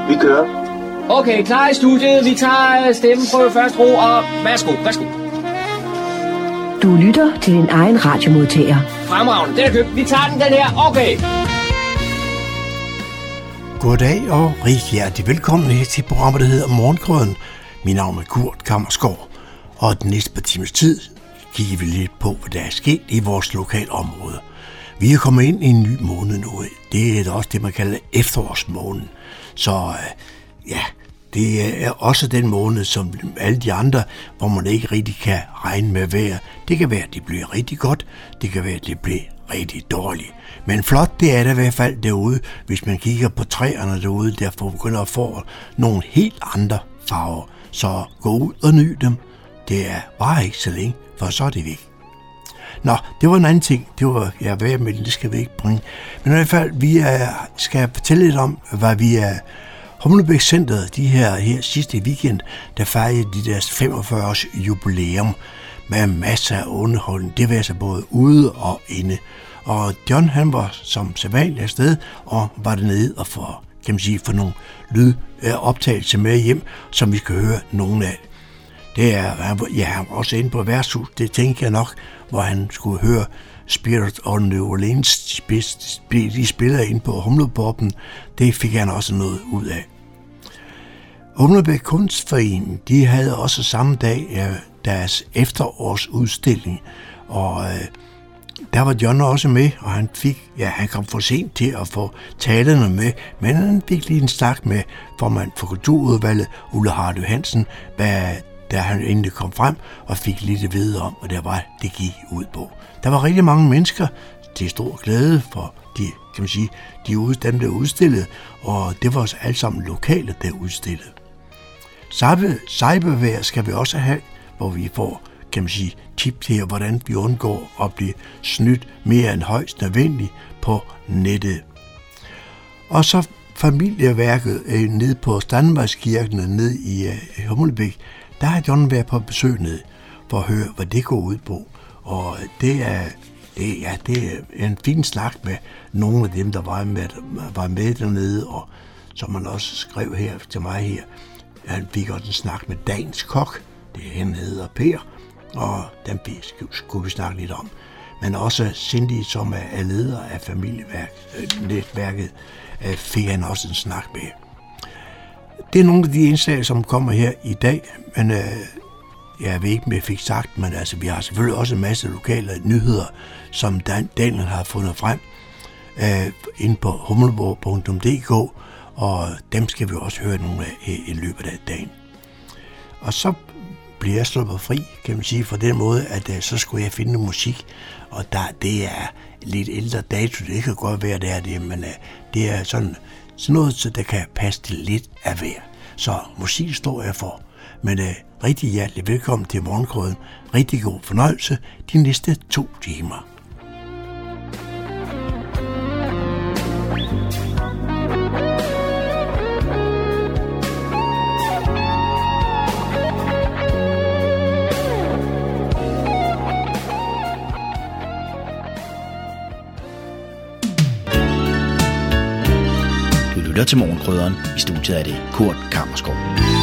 Vi kører. Okay, klar i studiet. Vi tager stemmen på første ro, og værsgo. Du lytter til din egen radiomodtager. Fremragende, den er købt. Vi tager den her. Okay. Goddag og rigtig hjertelig velkommen her til programmet, der hedder Morgenkrøden. Mit navn er Kurt Kammersgaard, og den næste par timers tid kigger vi lidt på, hvad der er sket i vores lokalområde. Vi er kommet ind i en ny måned nu. Det er også det, man kalder efterårsmåneden. Så ja, det er også den måned, som alle de andre, hvor man ikke rigtig kan regne med vejr. Det kan være, at det bliver rigtig godt. Det kan være, at det bliver rigtig dårligt. Men flot, det er det i hvert fald derude, hvis man kigger på træerne derude, der begynder at få nogle helt andre farver. Så gå ud og nyd dem. Det er bare ikke så længe, for så er det væk. Nå, det var en anden ting. Det var, hvad med det skal vi ikke bringe. Men i hvert fald, vi skal fortælle lidt om, hvad vi er Humlebæk Centeret, de her sidste weekend, der fejrede de deres 45-års jubilæum med masser af underholdning. Det var altså både ude og inde. Og John, han var som sædvanligt afsted og var dernede og få nogle lydoptagelser med hjem, som vi skal høre nogle af. Han var også inde på værtshus, det tænker jeg nok, hvor han skulle høre Spirit of New Orleans, de spiller ind på Humlebobben. Det fik han også noget ud af. Humlebæk Kunstforening, de havde også samme dag deres efterårsudstilling, og der var John også med, og han kom for sent til at få talerne med, men han fik lige en snak med formand for kulturudvalget, Ulla Hardy Hansen, da han endelig kom frem og fik lidt at vide om, hvad det gik ud på. Der var rigtig mange mennesker til stor glæde for dem, der udstillede, og det var også alle sammen lokale, der udstillede. Cybervejr skal vi også have, hvor vi får tip til, hvordan vi undgår at blive snydt mere end højst nødvendigt på nettet. Og så familieværket nede på Standvejskirken nede i Humlebæk, der har John været på besøg ned for at høre, hvad det går ud på. Og det er en fin snak med nogle af dem, der var med dernede, og som man også skrev her til mig her. Han fik også en snak med dagens kok, han hedder Per, og dem skulle vi snakke lidt om. Men også Cindy, som er leder af familienetværket, fik han også en snak med. Det er nogle af de indslag, som kommer her i dag, men jeg ved ikke, om jeg fik sagt, men altså, vi har selvfølgelig også en masse lokale nyheder, som Daniel har fundet frem inde på humleborg.dk, og dem skal vi også høre nogle af i løbet af dagen. Og så bliver jeg sluppet fri, kan man sige, for den måde, at så skulle jeg finde musik, og det er lidt ældre dato, det kan godt være, det, men det er sådan noget, så der kan passe til lidt af hver. Så musik står jeg for, men rigtig hjertelig velkommen til Morgenkrøden. Rigtig god fornøjelse de næste 2 timer. Lytter til Morgenkrydderen. I studiet er det Kurt Kammersgaard.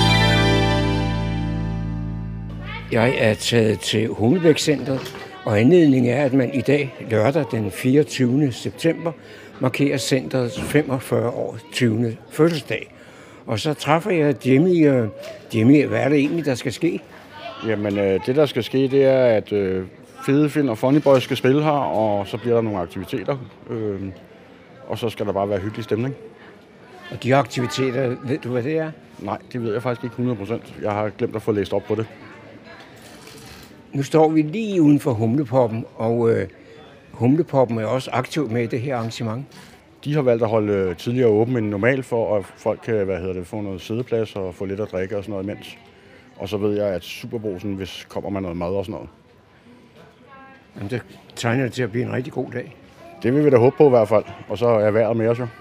Jeg er taget til Humlebæk Centeret, og anledningen er, at man i dag, lørdag den 24. september, markerer centerets 45-års 20. fødselsdag. Og så træffer jeg Jimmy, hvad er det egentlig, der skal ske? Jamen, det der skal ske, det er, at Fede Finn og Funny Boys skal spille her, og så bliver der nogle aktiviteter. Og så skal der bare være hyggelig stemning. Og de aktiviteter, ved du, hvad det er? Nej, det ved jeg faktisk ikke 100%. Jeg har glemt at få læst op på det. Nu står vi lige uden for Humlepoppen, og Humlepoppen er også aktiv med i det her arrangement. De har valgt at holde tidligere åben end normalt, for at folk kan få noget siddeplads og få lidt at drikke og sådan noget imens. Og så ved jeg, at Superbrugsen, hvis kommer med noget mad og sådan noget. Jamen, det tegner det til at blive en rigtig god dag. Det vil vi da håbe på i hvert fald, og så er vejret med os jo.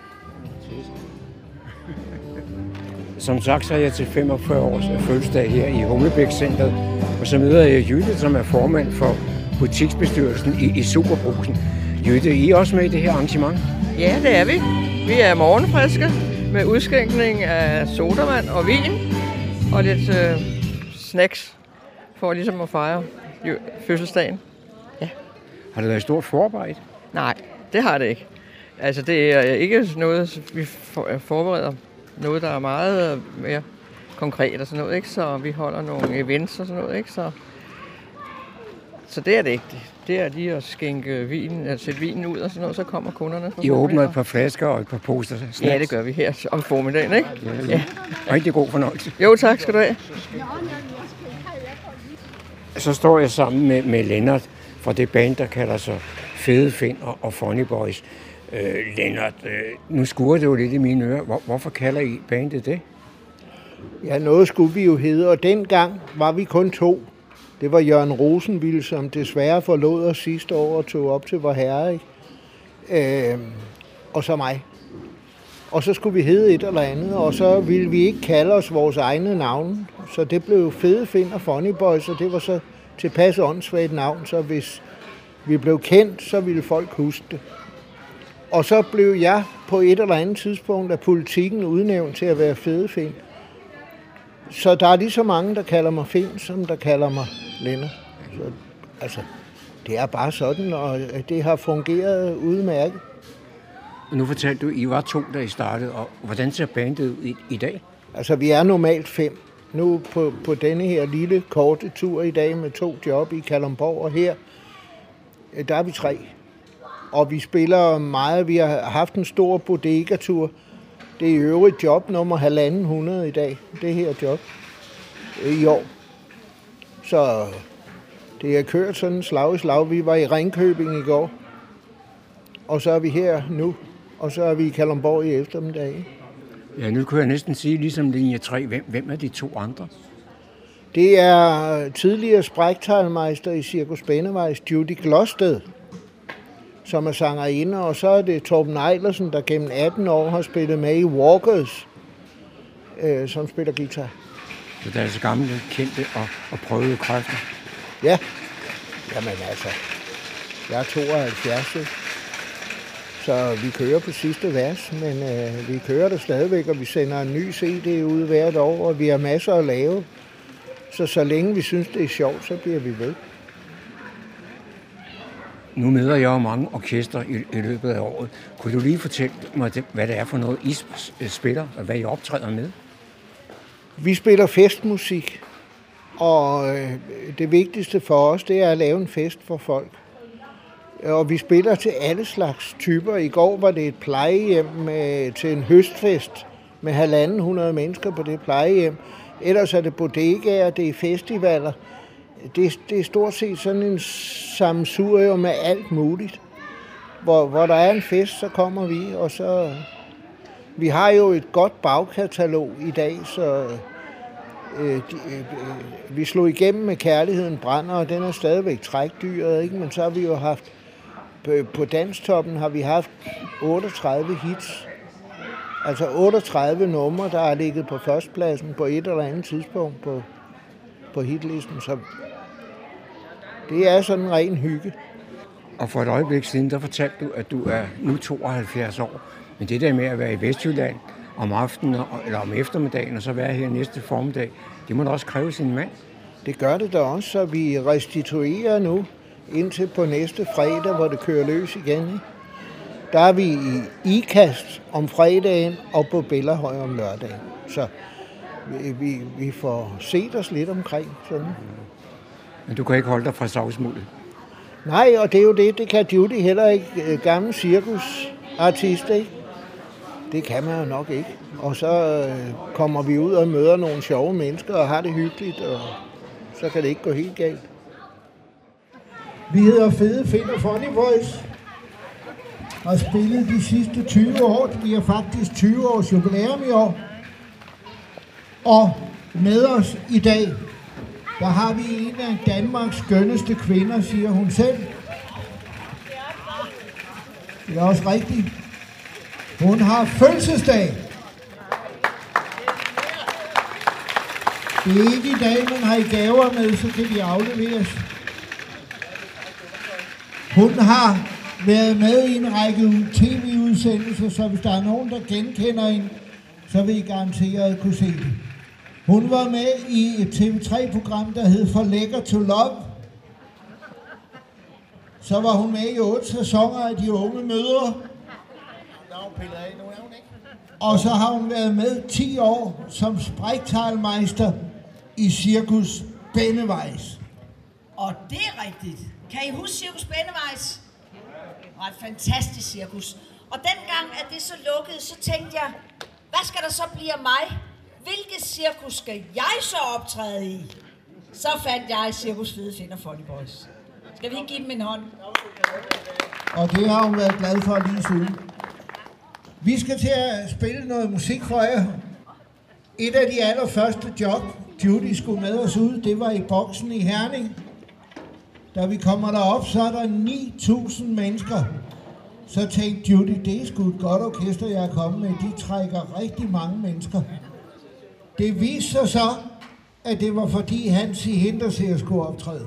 Som sagt, så er jeg til 45 års fødselsdag her i Humlebæk Centeret, og så møder jeg Jytte, som er formand for butiksbestyrelsen i Superbrugsen. Jytte, I er også med i det her arrangement? Ja, det er vi. Vi er morgenfriske, med udskænkning af sodavand og vin og lidt snacks for ligesom at fejre fødselsdagen. Ja. Har det været et stort forarbejde? Nej, det har det ikke. Altså, det er ikke noget, vi forbereder. Noget, der er meget mere konkret og sådan noget, ikke? Så vi holder nogle events og sådan noget, ikke? Så det er det ikke. Det er lige at skænke vinen, at sætte vinen ud og sådan noget, så kommer kunderne. I åbner et par flasker og et par poster snacks. Ja, det gør vi her om formiddagen, ikke? Ja. Rigtig god fornøjelse. Jo, tak skal du have. Så står jeg sammen med Lennart fra det band, der kalder sig Fede Finn og Funny Boys. Lennart, nu skurer det jo lidt i mine ører. Hvorfor kalder I bandet det? Ja, noget skulle vi jo hedde, og dengang var vi kun 2. Det var Jørgen Rosenville, som desværre forlod os sidste år og tog op til Vorherre, ikke? Og så mig. Og så skulle vi hedde et eller andet, og så ville vi ikke kalde os vores egne navne. Så det blev Fede Finn og Funny Boys, og det var så tilpas åndssvagt navn, så hvis vi blev kendt, så ville folk huske det. Og så blev jeg på et eller andet tidspunkt af Politikken udnævnt til at være Fede Finn. Så der er lige så mange, der kalder mig Finn, som der kalder mig Lennart. Så, altså, det er bare sådan, og det har fungeret udmærket. Nu fortalte du, I var 2, da I startede, og hvordan ser bandet ud i dag? Altså, vi er normalt 5. Nu på denne her lille, korte tur i dag med 2 job i Kalundborg, og her, der er vi 3. Og vi spiller meget. Vi har haft en stor bodega-tur. Det er i øvrigt job nummer 1.500 i dag, det her job, i år. Så det er kørt sådan slag i slag. Vi var i Ringkøbing i går, og så er vi her nu, og så er vi i Kalundborg i eftermiddag. Ja, nu kan jeg næsten sige, ligesom linje 3, hvem er de 2 andre? Det er tidligere spræktegnmeister i Cirkus Bennevejs, Judy Glosted, som er sangerinde, og så er det Torben Eilersen, der gennem 18 år har spillet med i Walkers, som spiller guitar. Så der er så gamle, kendte og prøvede kræfter? Ja, jamen altså, jeg er 72, så vi kører på sidste vers, men vi kører der stadigvæk, og vi sender en ny CD ud hvert år, og vi har masser at lave. Så længe vi synes, det er sjovt, så bliver vi ved. Nu møder jeg jo mange orkester i løbet af året. Kunne du lige fortælle mig, hvad det er for noget, I spiller, og hvad I optræder med? Vi spiller festmusik, og det vigtigste for os, det er at lave en fest for folk. Og vi spiller til alle slags typer. I går var det et plejehjem til en høstfest med 1.500 mennesker på det plejehjem. Ellers er det bodegaer, det er festivaler. Det er stort set sådan en sammensurium med alt muligt. Hvor der er en fest, så kommer vi, og så... Vi har jo et godt bagkatalog i dag, så vi slog igennem med Kærligheden brænder, og den er stadigvæk trækdyret, ikke? Men så har vi jo haft... På Danstoppen har vi haft 38 hits. Altså 38 numre, der har ligget på førstepladsen på et eller andet tidspunkt på hitlisten. Så det er sådan en ren hygge. Og for et øjeblik siden, der fortalte du, at du er nu 72 år. Men det der med at være i Vestjylland om aftenen eller om eftermiddagen, og så være her næste formiddag, det må da også kræve sin mand. Det gør det da også, så vi restituerer nu indtil på næste fredag, hvor det kører løs igen. Der er vi i Ikast om fredagen og på Bellerhøj om lørdagen. Så vi får set os lidt omkring. Sådan. Men du kan ikke holde dig fra savsmuldet? Nej, og det er jo det. Det kan Judy heller ikke. Gammel cirkusartist, ikke? Det kan man jo nok ikke. Og så kommer vi ud og møder nogle sjove mennesker og har det hyggeligt, og så kan det ikke gå helt galt. Vi hedder Fede Finn og Funny Boys. Har spillet de sidste 20 år. Vi har faktisk 20 års jubilæum i år. Og med os i dag, der har vi en af Danmarks skønneste kvinder, siger hun selv. Det er også rigtigt. Hun har fødselsdag. Det er ikke i dag, man har i gaver med, så kan de afleveres. Hun har været med i en række tv-udsendelser, så hvis der er nogen, der genkender hende, så vil I garanteret kunne se det. Hun var med i et TV3-program, der hed For Lækker to Love. Så var hun med i 8 sæsoner af De Unge Mødre. Og så har hun været med 10 år som Sprechtalmeister i Cirkus Benneweis. Og det er rigtigt. Kan I huske Cirkus Benneweis? Det var et fantastisk cirkus. Og dengang, at det så lukkede, så tænkte jeg, hvad skal der så blive af mig? Hvilket cirkus skal jeg så optræde i? Så fandt jeg Cirkus Fede Finder Funny Boys. Skal vi ikke give dem en hånd? Og det har hun været glad for lige siden. Vi skal til at spille noget musik for jer. Et af de allerførste job, Judy skulle med os ud, det var i Boksen i Herning. Da vi kommer derop, så er der 9.000 mennesker. Så tænkte Judy, det er sgu et godt orkester, jeg er kommet med. De trækker rigtig mange mennesker. Det viste sig så, at det var fordi Hansi Hinterseer skulle optræde.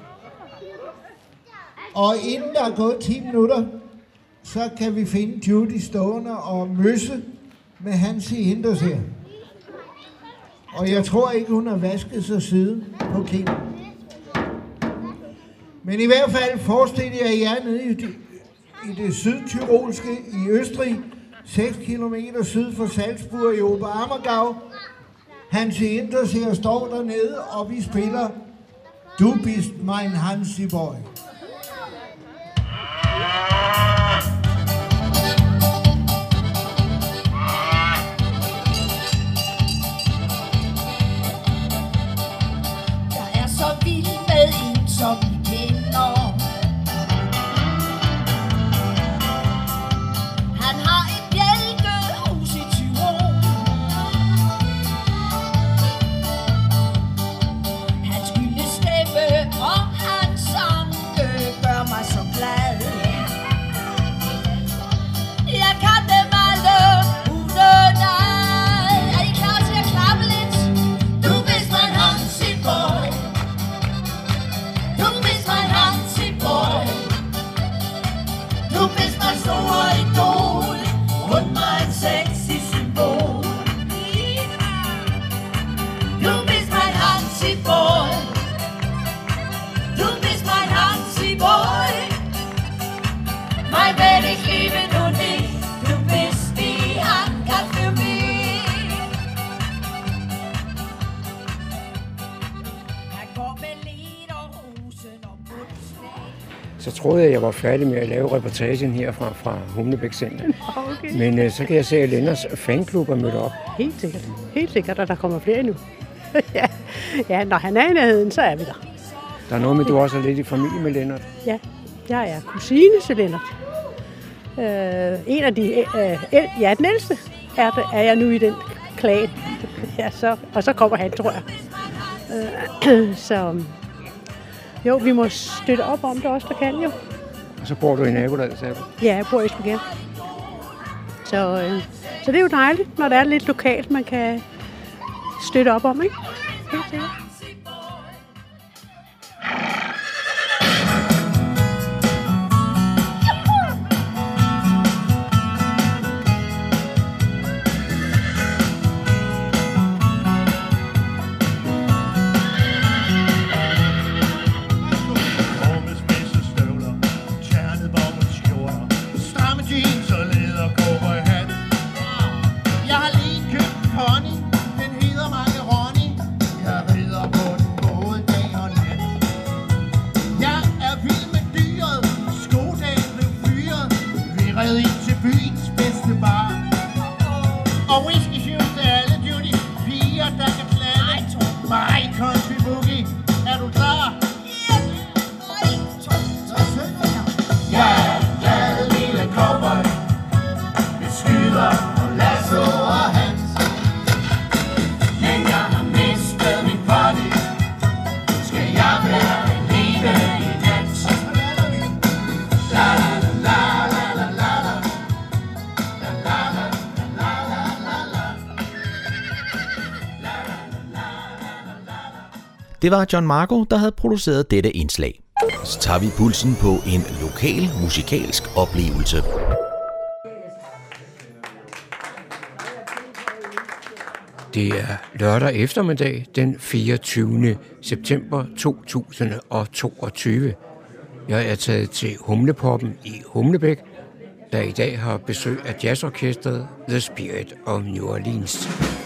Og inden der er gået 10 minutter, så kan vi finde Judy stående og møsse med Hansi Hinterseer. Og jeg tror ikke, hun har vasket sig siden på Kim. Men i hvert fald forestiller jeg jer nede i det sydtyrolske i Østrig, 6 kilometer syd for Salzburg i Oberammergau. Hansi Hinterseer står dernede, og vi spiller Du bist mein Hansi Boy. Jeg er så vild med en, som I kender. Han har et bjælkehus i Tyrol. Hans gyldne stemme og hans sange gør mig så glad. Jeg kan dem alle udenad. Er I klar til at klappe lidt? Du bist mein Hansi Boy. Du bist mein Hansi Boy. Du bist mein store Idol und mein sexy Symbol. Du bist mein Hansi Boy. Du bist mein Hansi Boy. Mein Welt, ich liebe nur dich. Du bist die Anker für mich. Jeg går med lederhosen og budsdag. Så troede jeg var færdig med at lave reportagen her fra Humlebæk Center. Okay. Men så kan jeg se, at Lennarts fanklub er mødt op. Helt sikkert. Helt sikkert, og der kommer flere nu. Ja, når han er i nærheden, så er vi der. Der er noget med, du også er lidt i familie med Lennart. Ja, jeg er kusine til Lennart. En af de... den ældste er jeg nu i den klan. Ja, og så kommer han, tror jeg. Så jo, vi må støtte op om det også, der kan jo. Og så bor du i nabolaget, sagde du? Ja, jeg bor i Esbjerg. Så det er jo dejligt, når der er lidt lokalt, man kan støtte op om, ikke? Helt sikkert. Det var John Marco, der havde produceret dette indslag. Så tager vi pulsen på en lokal musikalsk oplevelse. Det er lørdag eftermiddag den 24. september 2022. Jeg er taget til Humlepoppen i Humlebæk, der i dag har besøg af jazzorkestret The Spirit of New Orleans.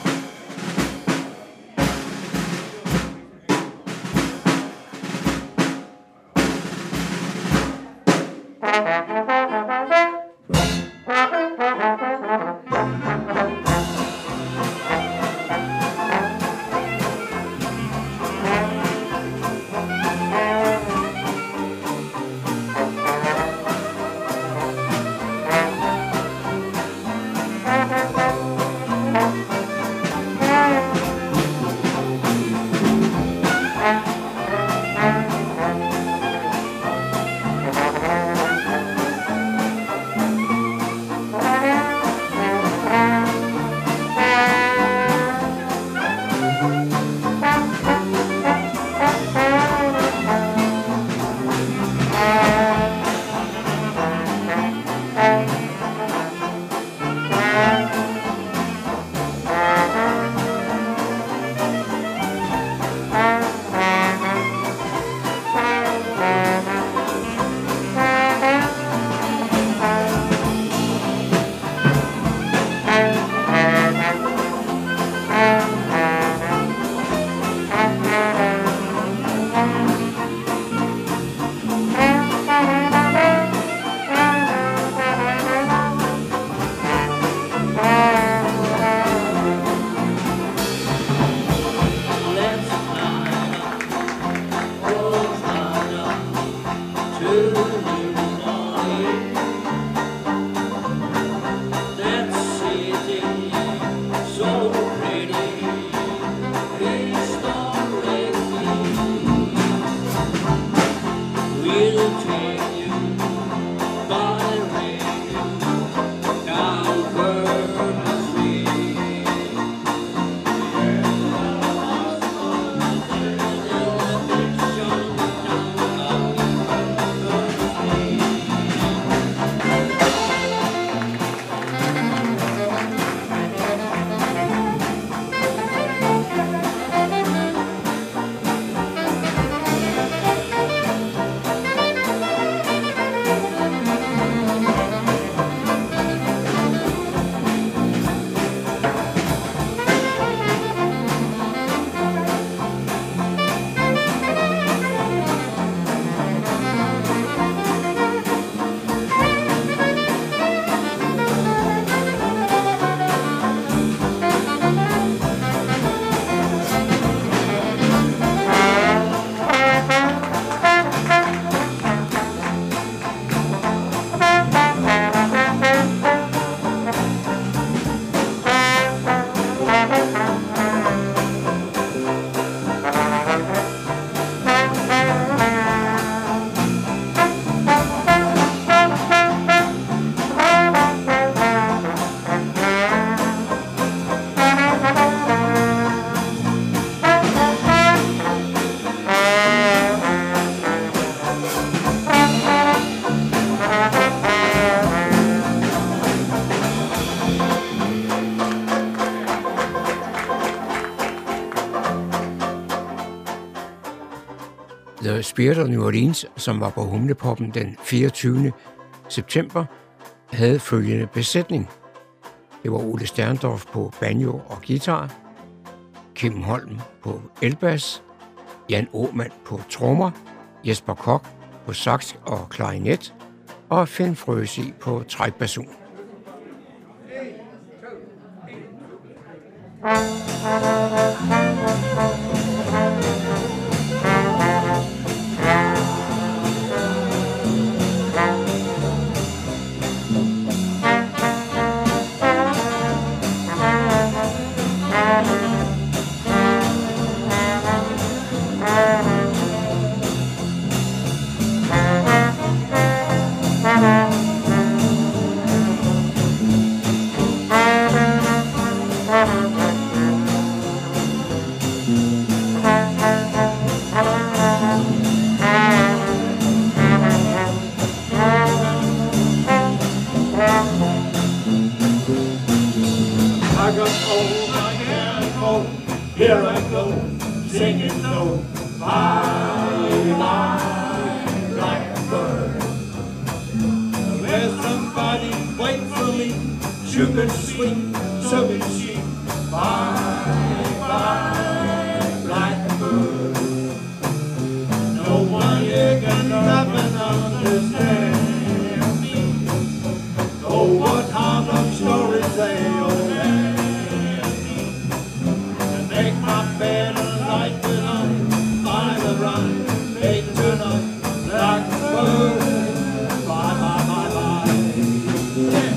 The Spirit of New Orleans, som var på Humlepoppen den 24. september, havde følgende besætning. Det var Ole Sterndorf på banjo og guitar, Kim Holm på elbas, Jan Aumann på trommer, Jesper Koch på sax og klarinet og Finn Frøsig på trækbasun. Here I go, singing low. Bye, bye, blackbird. There's somebody wait for me. Sugar sweet, so is she. Bye, bye, blackbird. No one here can love and understand me. Oh, what harmless stories they all have. To make my bed a light tonight, by the rhyme, make tonight, blackbird. Bye, bye, bye, bye. Yeah.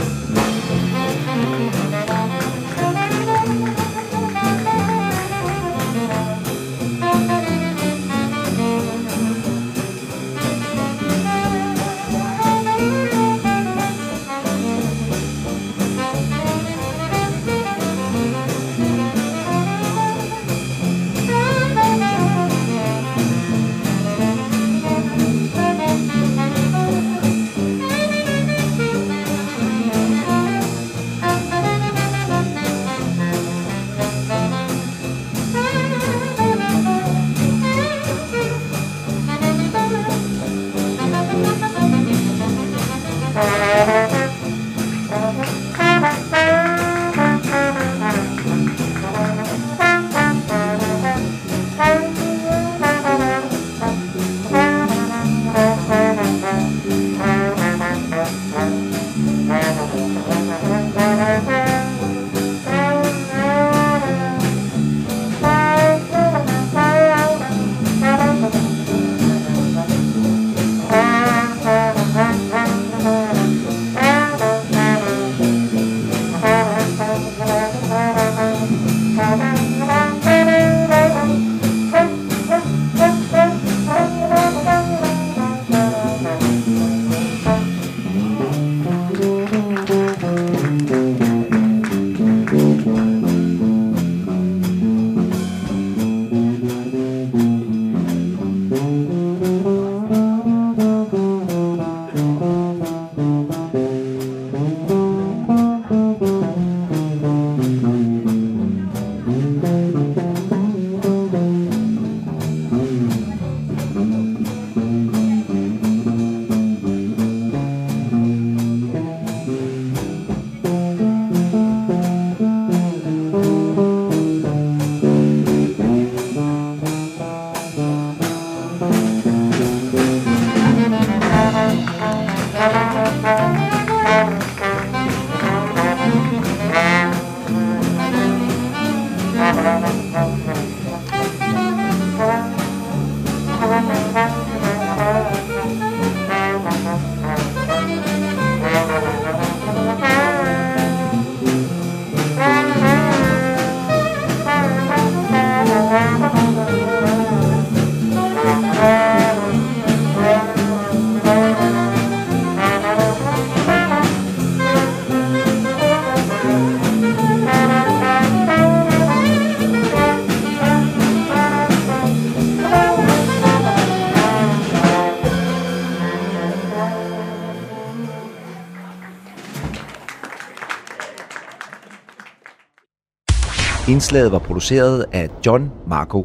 Indslaget var produceret af John Marco.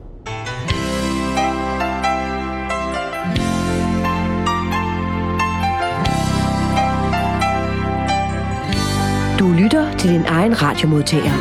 Du lytter til din egen radiomodtager.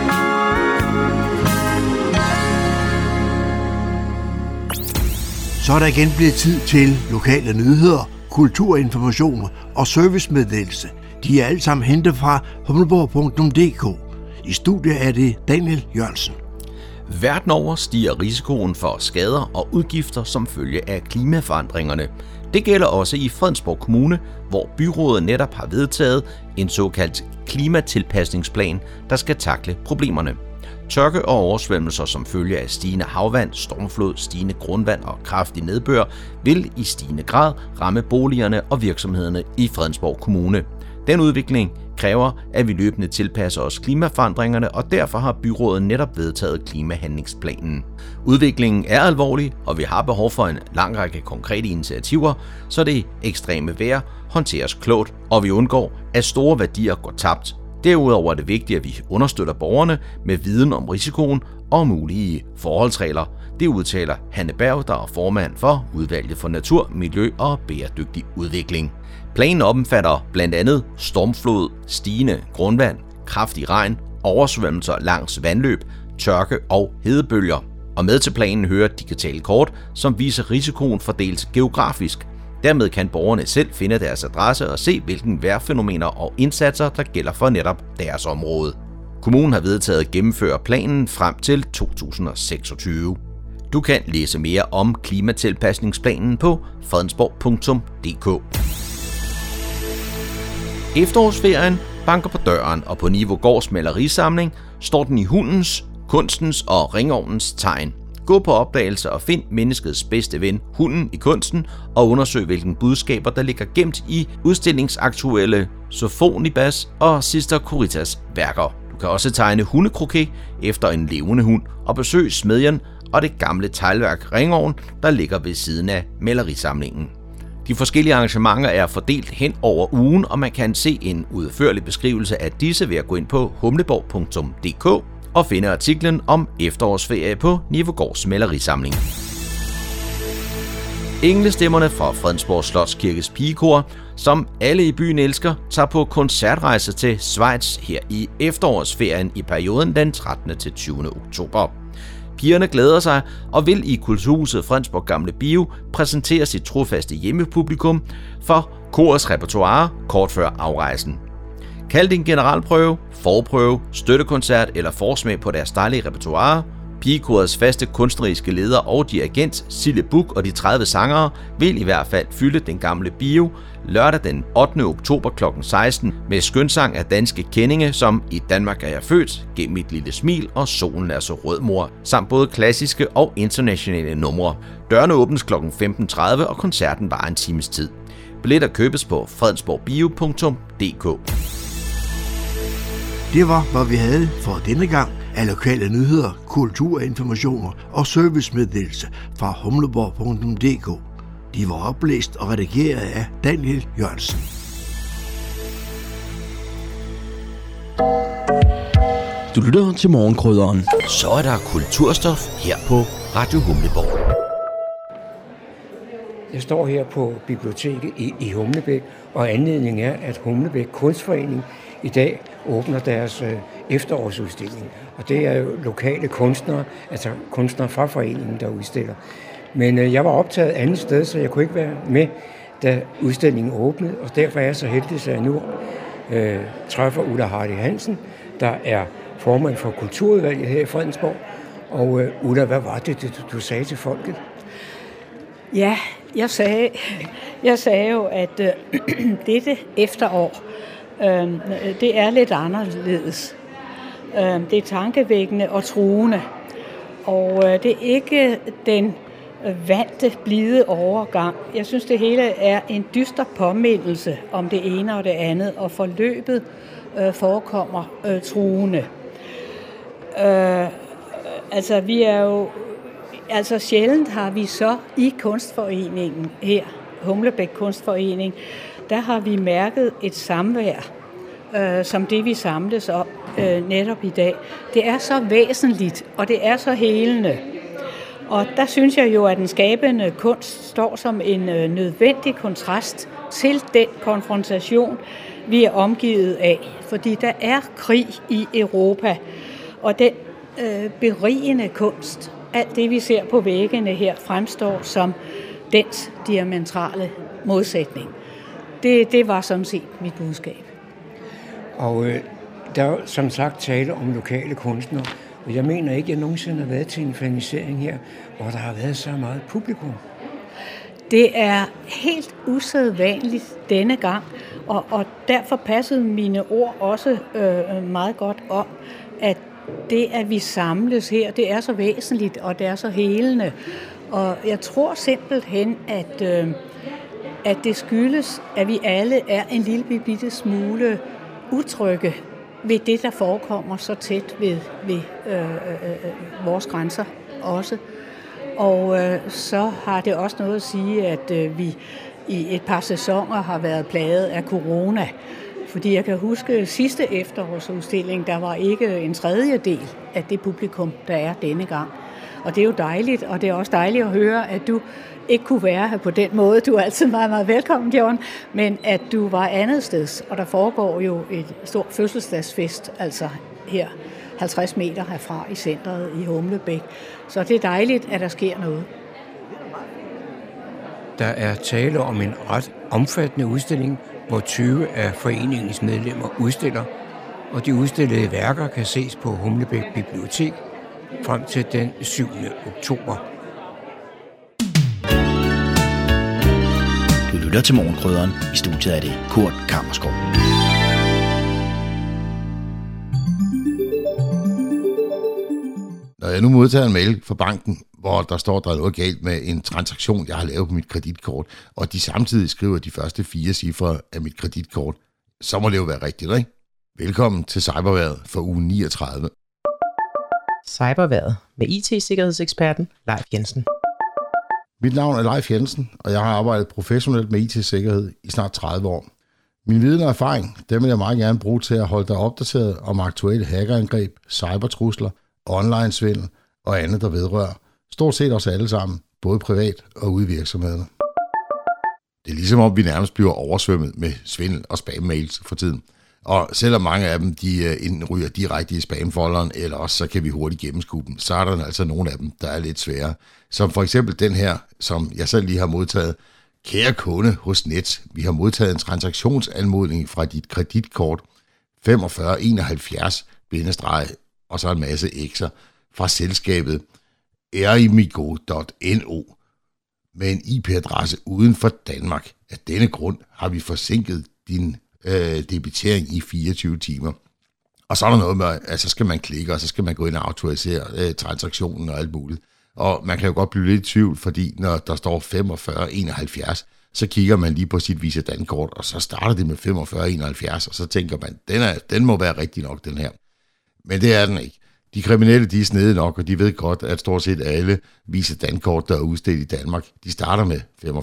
Så er der igen blevet tid til lokale nyheder, kulturinformation og servicemeddelelse. De er alle sammen hentet fra humleborg.dk. I studiet er det Daniel Jørgensen. Verden over stiger risikoen for skader og udgifter som følge af klimaforandringerne. Det gælder også i Fredensborg Kommune, hvor byrådet netop har vedtaget en såkaldt klimatilpasningsplan, der skal takle problemerne. Tørke og oversvømmelser som følge af stigende havvand, stormflod, stigende grundvand og kraftig nedbør vil i stigende grad ramme boligerne og virksomhederne i Fredensborg Kommune. Den udvikling kræver, at vi løbende tilpasser os klimaforandringerne, og derfor har byrådet netop vedtaget klimahandlingsplanen. Udviklingen er alvorlig, og vi har behov for en lang række konkrete initiativer, så det ekstreme vejr håndteres klogt, og vi undgår, at store værdier går tabt Derudover er det vigtigt, at vi understøtter borgerne med viden om risikoen og mulige forholdsregler. Det udtaler Hanne Berg, der er formand for Udvalget for Natur, Miljø og Bæredygtig Udvikling. Planen omfatter blandt andet stormflod, stigende grundvand, kraftig regn, oversvømmelser langs vandløb, tørke og hedebølger. Og med til planen hører digitale kort, som viser risikoen fordelt geografisk. Dermed kan borgerne selv finde deres adresse og se, hvilke vejrfænomener og indsatser, der gælder for netop deres område. Kommunen har vedtaget at gennemføre planen frem til 2026. Du kan læse mere om klimatilpasningsplanen på fredensborg.dk. Efterårsferien banker på døren, og på Nivogårds malerisamling står den i hundens, kunstens og ringovnens tegn. Gå på opdagelse og find menneskets bedste ven, hunden, i kunsten, og undersøg, hvilke budskaber, der ligger gemt i udstillingsaktuelle Sofonibas og Sister Coritas værker. Du kan også tegne hundekroket efter en levende hund og besøg smedjen og det gamle teglværk Ringovn, der ligger ved siden af malerisamlingen. De forskellige arrangementer er fordelt hen over ugen, og man kan se en udførlig beskrivelse af disse ved at gå ind på humleborg.dk og finde artiklen om efterårsferie på Nivogårds malerisamling. Englestemmerne fra Fredensborg Slotskirkes pigekor, som alle i byen elsker, tager på koncertrejse til Schweiz her i efterårsferien i perioden den 13. til 20. oktober. Pigerne glæder sig og vil i Kulturhuset Fredensborg Gamle Bio præsentere sit trofaste hjemmepublikum for korets repertoire kort før afrejsen. Kald din generalprøve, forprøve, støttekoncert eller forsmag på deres dejlige repertoire. Pigekorets faste kunstneriske leder og dirigent Sille Buch og de 30 sangere vil i hvert fald fylde den gamle bio lørdag den 8. oktober kl. 16 med skønsang af danske kendinge som I Danmark er jeg født, Gem mit lille smil og Solen er så rød mor, samt både klassiske og internationale numre. Dørene åbnes kl. 15.30 og koncerten varer en times tid. Billetter købes på fredensborgbio.dk. Det var, hvad vi havde for denne gang af lokale nyheder, kulturinformationer og servicemeddelelse fra humleborg.dk. De var oplæst og redigeret af Daniel Jørgensen. Du lytter til Morgenkrydderen. Så er der kulturstof her på Radio Humleborg. Jeg står her på biblioteket i Humlebæk, og anledningen er, at Humlebæk Kunstforening i dag åbner deres efterårsudstilling. Og det er jo lokale kunstnere, altså kunstnere fra foreningen, der udstiller. Men jeg var optaget andet sted, så jeg kunne ikke være med, da udstillingen åbnede, og derfor er jeg så heldig, at jeg nu træffer Ulla Hardy Hansen, der er formand for Kulturudvalget her i Fredensborg. Og Ulla, hvad var det, du sagde til folket? Ja, jeg sagde jo, at dette efterår, det er lidt anderledes. Det er tankevækkende og truende. Og det er ikke den vante, blide overgang. Jeg synes, det hele er en dyster påmindelse om det ene og det andet, og forløbet forekommer truende. Vi er jo... Altså sjældent har vi så i kunstforeningen her, Humlebæk Kunstforening, der har vi mærket et samvær, som det vi samles om netop i dag. Det er så væsentligt, og det er så helende. Og der synes jeg jo, at den skabende kunst står som en nødvendig kontrast til den konfrontation, vi er omgivet af. Fordi der er krig i Europa, og den berigende kunst, alt det, vi ser på væggene her, fremstår som dens diametrale modsætning. Det var sådan set mit budskab. Og der er som sagt tale om lokale kunstnere, og jeg mener ikke, at jeg nogensinde har været til en fanisering her, hvor der har været så meget publikum. Det er helt usædvanligt denne gang, og derfor passede mine ord også meget godt om, at det, at vi samles her, det er så væsentligt, og det er så helende. Og jeg tror simpelthen, at det skyldes, at vi alle er en lille bitte smule utrygge ved det, der forekommer så tæt ved vores grænser også. Og så har det også noget at sige, at vi i et par sæsoner har været plaget af corona, Fordi jeg kan huske sidste efterårsudstilling, der var ikke en tredjedel af det publikum, der er denne gang. Og det er jo dejligt, og det er også dejligt at høre, at du ikke kunne være her på den måde. Du er altid meget, meget velkommen, Jørgen, men at du var andet sted. Og der foregår jo et stort fødselsdagsfest, altså her 50 meter herfra i centret i Humlebæk. Så det er dejligt, at der sker noget. Der er tale om en ret omfattende udstilling, hvor 20 af foreningens medlemmer udstiller, og de udstillede værker kan ses på Humlebæk Bibliotek frem til den 7. oktober. Du lytter til Morgenkrydderen. I studiet er det Kurt Kammerskov. Når jeg nu modtager en mail fra banken, hvor der står, der er noget galt med en transaktion, jeg har lavet på mit kreditkort, og de samtidig skriver de første 4 cifre af mit kreditkort, så må det jo være rigtigt, ikke? Velkommen til Cyberværet for uge 39. Cyberværet med IT-sikkerhedseksperten Leif Jensen. Mit navn er Leif Jensen, og jeg har arbejdet professionelt med IT-sikkerhed i snart 30 år. Min viden og erfaring, dem vil jeg meget gerne bruge til at holde dig opdateret om aktuelle hackerangreb, cybertrusler, online-svindel og andet, der vedrører stort set os alle sammen, både privat og ude i virksomhederne. Det er ligesom om, vi nærmest bliver oversvømmet med svindel og spam-mails for tiden. Og selvom mange af dem, de enten ryger direkte i spamfolderen, eller også så kan vi hurtigt gennemskue dem, så er der altså nogle af dem, der er lidt svære. Som for eksempel den her, som jeg selv lige har modtaget. Kære kunde hos Nets, vi har modtaget en transaktionsanmodning fra dit kreditkort 4571- og så en masse x'er fra selskabet erimigo.no med en IP-adresse uden for Danmark. Af denne grund har vi forsinket din debitering i 24 timer. Og så er der noget med, at så skal man klikke, og så skal man gå ind og autorisere transaktionen og alt muligt. Og man kan jo godt blive lidt i tvivl, fordi når der står 4571, så kigger man lige på sit Visa Dankort, og så starter det med 4571, og så tænker man, den må være rigtig nok, den her. Men det er den ikke. De kriminelle, de er snede nok, og de ved godt, at stort set alle Visa Dankort, der er udstedt i Danmark, de starter med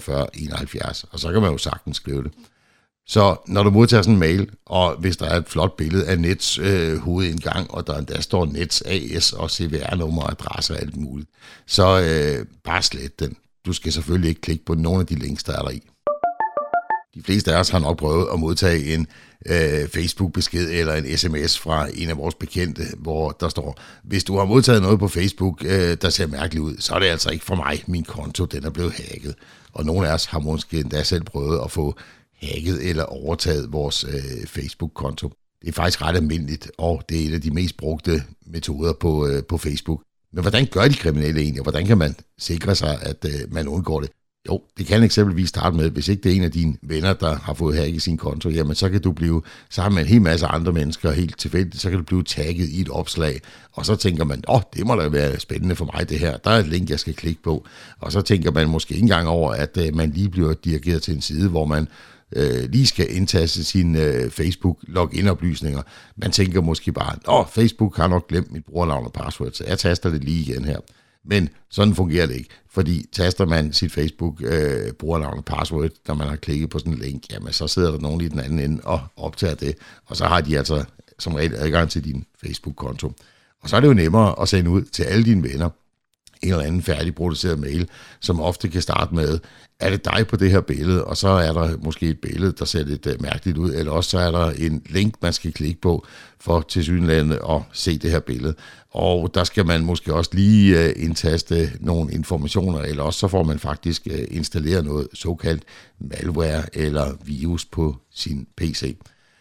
4571, og så kan man jo sagtens skrive det. Så når du modtager sådan en mail, og hvis der er et flot billede af Nets hovedindgang, og der står Nets AS og CVR-nummer og adresse og alt muligt, så bare slet den. Du skal selvfølgelig ikke klikke på nogle af de links, der er der i. De fleste af os har nok prøvet at modtage en Facebook-besked eller en sms fra en af vores bekendte, hvor der står, hvis du har modtaget noget på Facebook, der ser mærkeligt ud, så er det altså ikke for mig. Min konto, den er blevet hacket. Og nogle af os har måske endda selv prøvet at få hacket eller overtaget vores Facebook-konto. Det er faktisk ret almindeligt, og det er en af de mest brugte metoder på Facebook. Men hvordan gør de kriminelle egentlig, og hvordan kan man sikre sig, at man undgår det? Jo, det kan eksempelvis starte med, hvis ikke det er en af dine venner, der har fået hacket sin konto, jamen så kan du blive sammen med en hel masse andre mennesker helt tilfældigt, så kan du blive tagget i et opslag, og så tænker man, det må da være spændende for mig det her, der er et link, jeg skal klikke på, og så tænker man måske ikke engang over, at man lige bliver dirigeret til en side, hvor man lige skal indtaste sine Facebook-login-oplysninger. Man tænker måske bare, Facebook har nok glemt mit brugernavn og password, så jeg taster det lige igen her. Men sådan fungerer det ikke, fordi taster man sit Facebook-brugernavn og password, når man har klikket på sådan en link, jamen så sidder der nogen i den anden ende og optager det, og så har de altså som regel adgang til din Facebook-konto. Og så er det jo nemmere at sende ud til alle dine venner en eller anden færdigproduceret mail, som ofte kan starte med, er det dig på det her billede, og så er der måske et billede, der ser lidt mærkeligt ud, eller også så er der en link, man skal klikke på for tilsyneladende at se det her billede. Og der skal man måske også lige indtaste nogle informationer, eller også så får man faktisk installeret noget såkaldt malware eller virus på sin PC.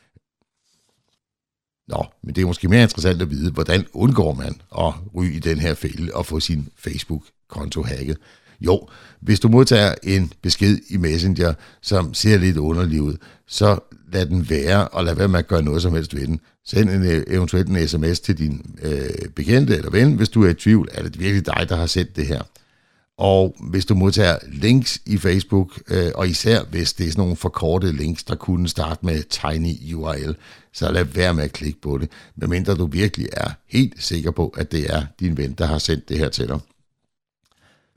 Men det er måske mere interessant at vide, hvordan undgår man at ryge i den her fælde og få sin Facebook-konto hacket. Jo, hvis du modtager en besked i Messenger, som ser lidt underlig ud, så lad den være, og lad være med at gøre noget som helst ved den. Send eventuelt en sms til din bekendte eller ven, hvis du er i tvivl, er det virkelig dig, der har sendt det her. Og hvis du modtager links i Facebook, og især hvis det er sådan nogle forkortede links, der kunne starte med tinyurl, så lad være med at klikke på det, medmindre du virkelig er helt sikker på, at det er din ven, der har sendt det her til dig.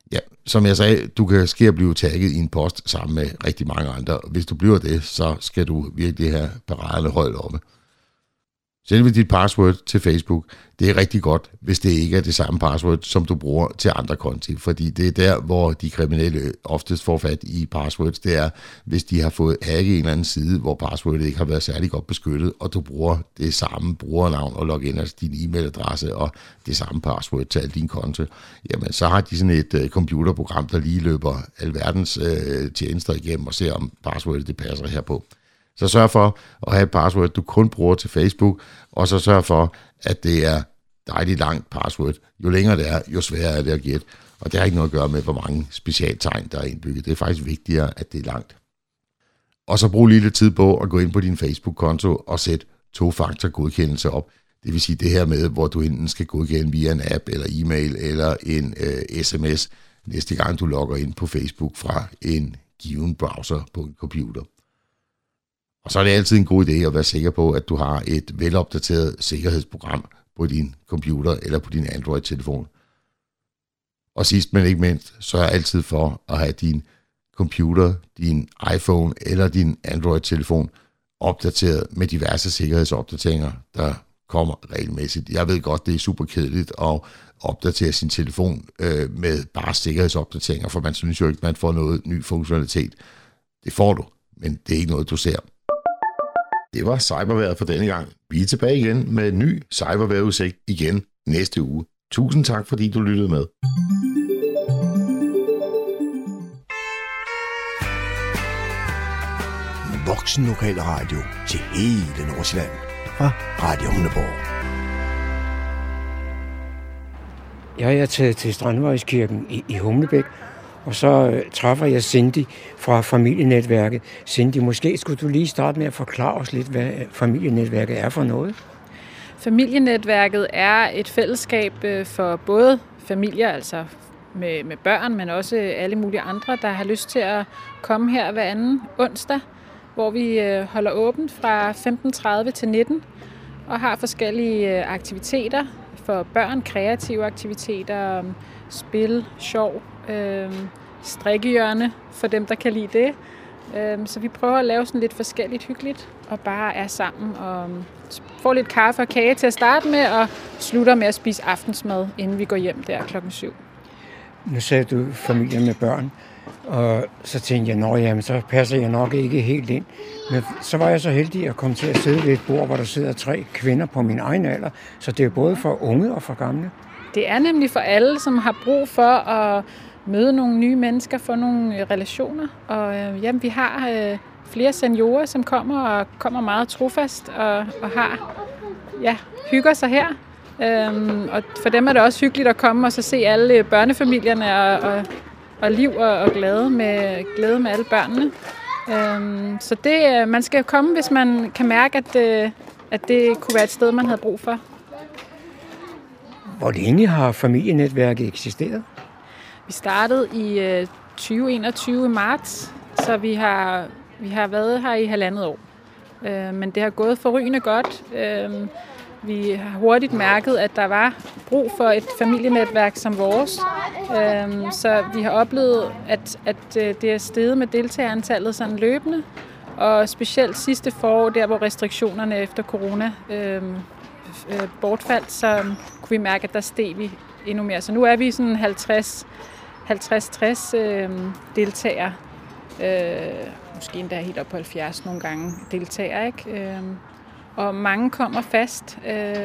Ja, som jeg sagde, du kan ske at blive tagget i en post sammen med rigtig mange andre. Hvis du bliver det, så skal du virkelig have paraderne højt oppe. Selve dit password til Facebook, det er rigtig godt, hvis det ikke er det samme password, som du bruger til andre konti. Fordi det er der, hvor de kriminelle oftest får fat i passwords. Det er, hvis de har fået hacket en eller anden side, hvor passwordet ikke har været særlig godt beskyttet, og du bruger det samme brugernavn og login, altså din e-mailadresse og det samme password til al din konto. Jamen, så har de sådan et computerprogram, der lige løber alverdens tjenester igennem og ser, om passwordet det passer herpå. Så sørg for at have et password, du kun bruger til Facebook, og så sørg for, at det er dejligt langt password. Jo længere det er, jo sværere er det at gætte. Og det har ikke noget at gøre med, hvor mange specialtegn, der er indbygget. Det er faktisk vigtigere, at det er langt. Og så brug lige lidt tid på at gå ind på din Facebook-konto og sætte 2-faktor-godkendelse op. Det vil sige det her med, hvor du enten skal godkende via en app, eller e-mail, eller en sms, næste gang du logger ind på Facebook fra en given browser på en computer. Og så er det altid en god idé at være sikker på, at du har et velopdateret sikkerhedsprogram på din computer eller på din Android-telefon. Og sidst men ikke mindst, så er altid for at have din computer, din iPhone eller din Android-telefon opdateret med diverse sikkerhedsopdateringer, der kommer regelmæssigt. Jeg ved godt, det er super kedeligt at opdatere sin telefon med bare sikkerhedsopdateringer, for man synes jo ikke, man får noget ny funktionalitet. Det får du, men det er ikke noget, du ser. Det var cyberværet for denne gang. Vi er tilbage igen med en ny cyberværetudsigt igen næste uge. Tusind tak, fordi du lyttede med. Voksen lokal radio til hele Nordsjælland fra Radio Hundeborg. Jeg er taget til Strandvejskirken i Humlebæk, og så træffer jeg Cindy fra familienetværket. Cindy, måske skulle du lige starte med at forklare os lidt, hvad familienetværket er for noget? Familienetværket er et fællesskab for både familier, altså med børn, men også alle mulige andre, der har lyst til at komme her hver anden onsdag, hvor vi holder åbent fra 15:30 til 19 og har forskellige aktiviteter for børn, kreative aktiviteter, spil, sjov, strikkehjørne for dem, der kan lide det. Så vi prøver at lave sådan lidt forskelligt hyggeligt og bare er sammen og får lidt kaffe og kage til at starte med og slutter med at spise aftensmad, inden vi går hjem der 7:00. Nu sagde du familier med børn, og så tænkte jeg, jamen, så passer jeg nok ikke helt ind. Men så var jeg så heldig at komme til at sidde ved et bord, hvor der sidder 3 kvinder på min egen alder, så det er både for unge og for gamle. Det er nemlig for alle, som har brug for at møde nogle nye mennesker, få nogle relationer. Og jamen, vi har flere seniorer, som kommer meget trofast og hygger sig her. Og for dem er det også hyggeligt at komme og så se alle børnefamilierne og liv og glæde med alle børnene. Så det, man skal komme, hvis man kan mærke, at det kunne være et sted, man havde brug for. Hvor længe har familienetværket eksisteret? Vi startede i 2021 i marts, så vi har været her i 1,5 år. Men det har gået forrygende godt. Vi har hurtigt mærket, at der var brug for et familienetværk som vores. Så vi har oplevet, at det er steget med deltagerantallet sådan løbende. Og specielt sidste forår, der hvor restriktionerne efter corona bortfaldt, så kunne vi mærke, at der steg vi endnu mere. Så nu er vi sådan 50-60 deltagere. Måske endda helt op på 70 nogle gange deltagere, ikke? Og mange kommer fast,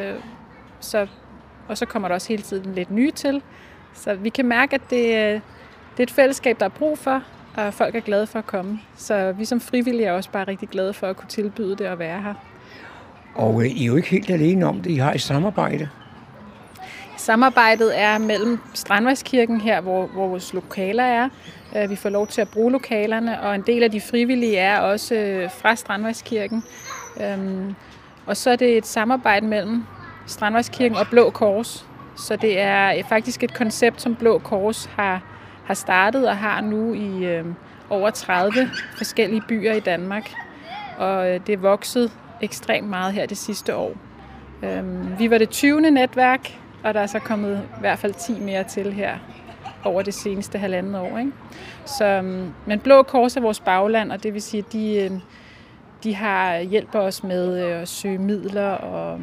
og så kommer der også hele tiden lidt nye til. Så vi kan mærke, at det er et fællesskab, der er brug for, og folk er glade for at komme. Så vi som frivillige er også bare rigtig glade for at kunne tilbyde det og være her. Og I er jo ikke helt alene om det, I har et samarbejde. Samarbejdet er mellem Strandvejskirken her, hvor vores lokaler er. Vi får lov til at bruge lokalerne, og en del af de frivillige er også fra Strandvejskirken. Og så er det et samarbejde mellem Strandvejskirken og Blå Kors. Så det er faktisk et koncept, som Blå Kors har startet og har nu i over 30 forskellige byer i Danmark. Og det er vokset ekstremt meget her det sidste år. Vi var det 20. netværk, og der er så kommet i hvert fald 10 mere til her over det seneste 1,5 år. Ikke? Så, men Blå Kors er vores bagland, og det vil sige, at de hjælper os med at søge midler og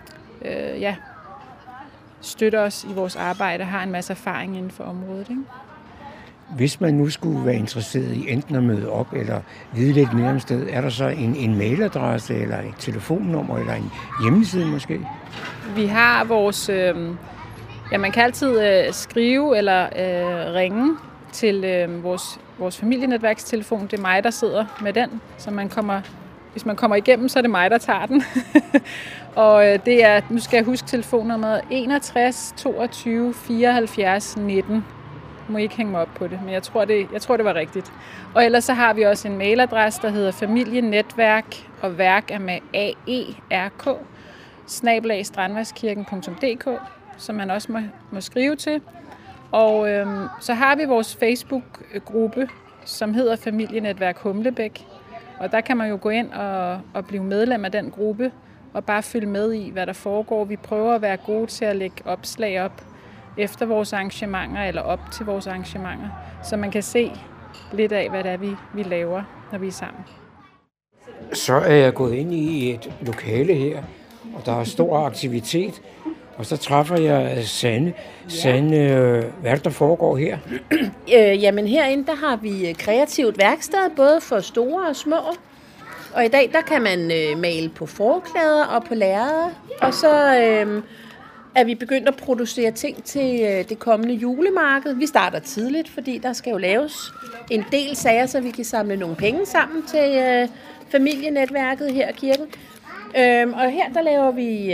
støtter os i vores arbejde og har en masse erfaring inden for området. Ikke? Hvis man nu skulle være interesseret i enten at møde op eller vide lidt mere om stedet, er der så en mailadresse eller et telefonnummer eller en hjemmeside måske? Vi har vores... man kan altid skrive eller ringe til vores familienetværkstelefon. Det er mig, der sidder med den, så hvis man kommer igennem, så er det mig, der tager den. Og det er, nu skal jeg huske telefonnummeret, 61 22 74 19. Jeg må ikke hænge mig op på det, men jeg tror, det var rigtigt. Og ellers så har vi også en mailadresse, der hedder familienetværk, og værk er med AERK, @strandvejskirken.dk, som man også må skrive til. Og så har vi vores Facebook-gruppe, som hedder Familienetværk Humlebæk. Og der kan man jo gå ind og blive medlem af den gruppe, og bare følge med i, hvad der foregår. Vi prøver at være gode til at lægge opslag op efter vores arrangementer, eller op til vores arrangementer, så man kan se lidt af, hvad det er, vi laver, når vi er sammen. Så er jeg gået ind i et lokale her, og der er stor aktivitet, og så træffer jeg Sanne. Sanne, hvad er det, der foregår her? Jamen herinde, der har vi kreativt værksted, både for store og små. Og i dag, der kan man male på forklæder og på lærreder. Og så er vi begyndt at producere ting til det kommende julemarked. Vi starter tidligt, fordi der skal jo laves en del sager, så vi kan samle nogle penge sammen til familienetværket her i kirken. Og her, der laver vi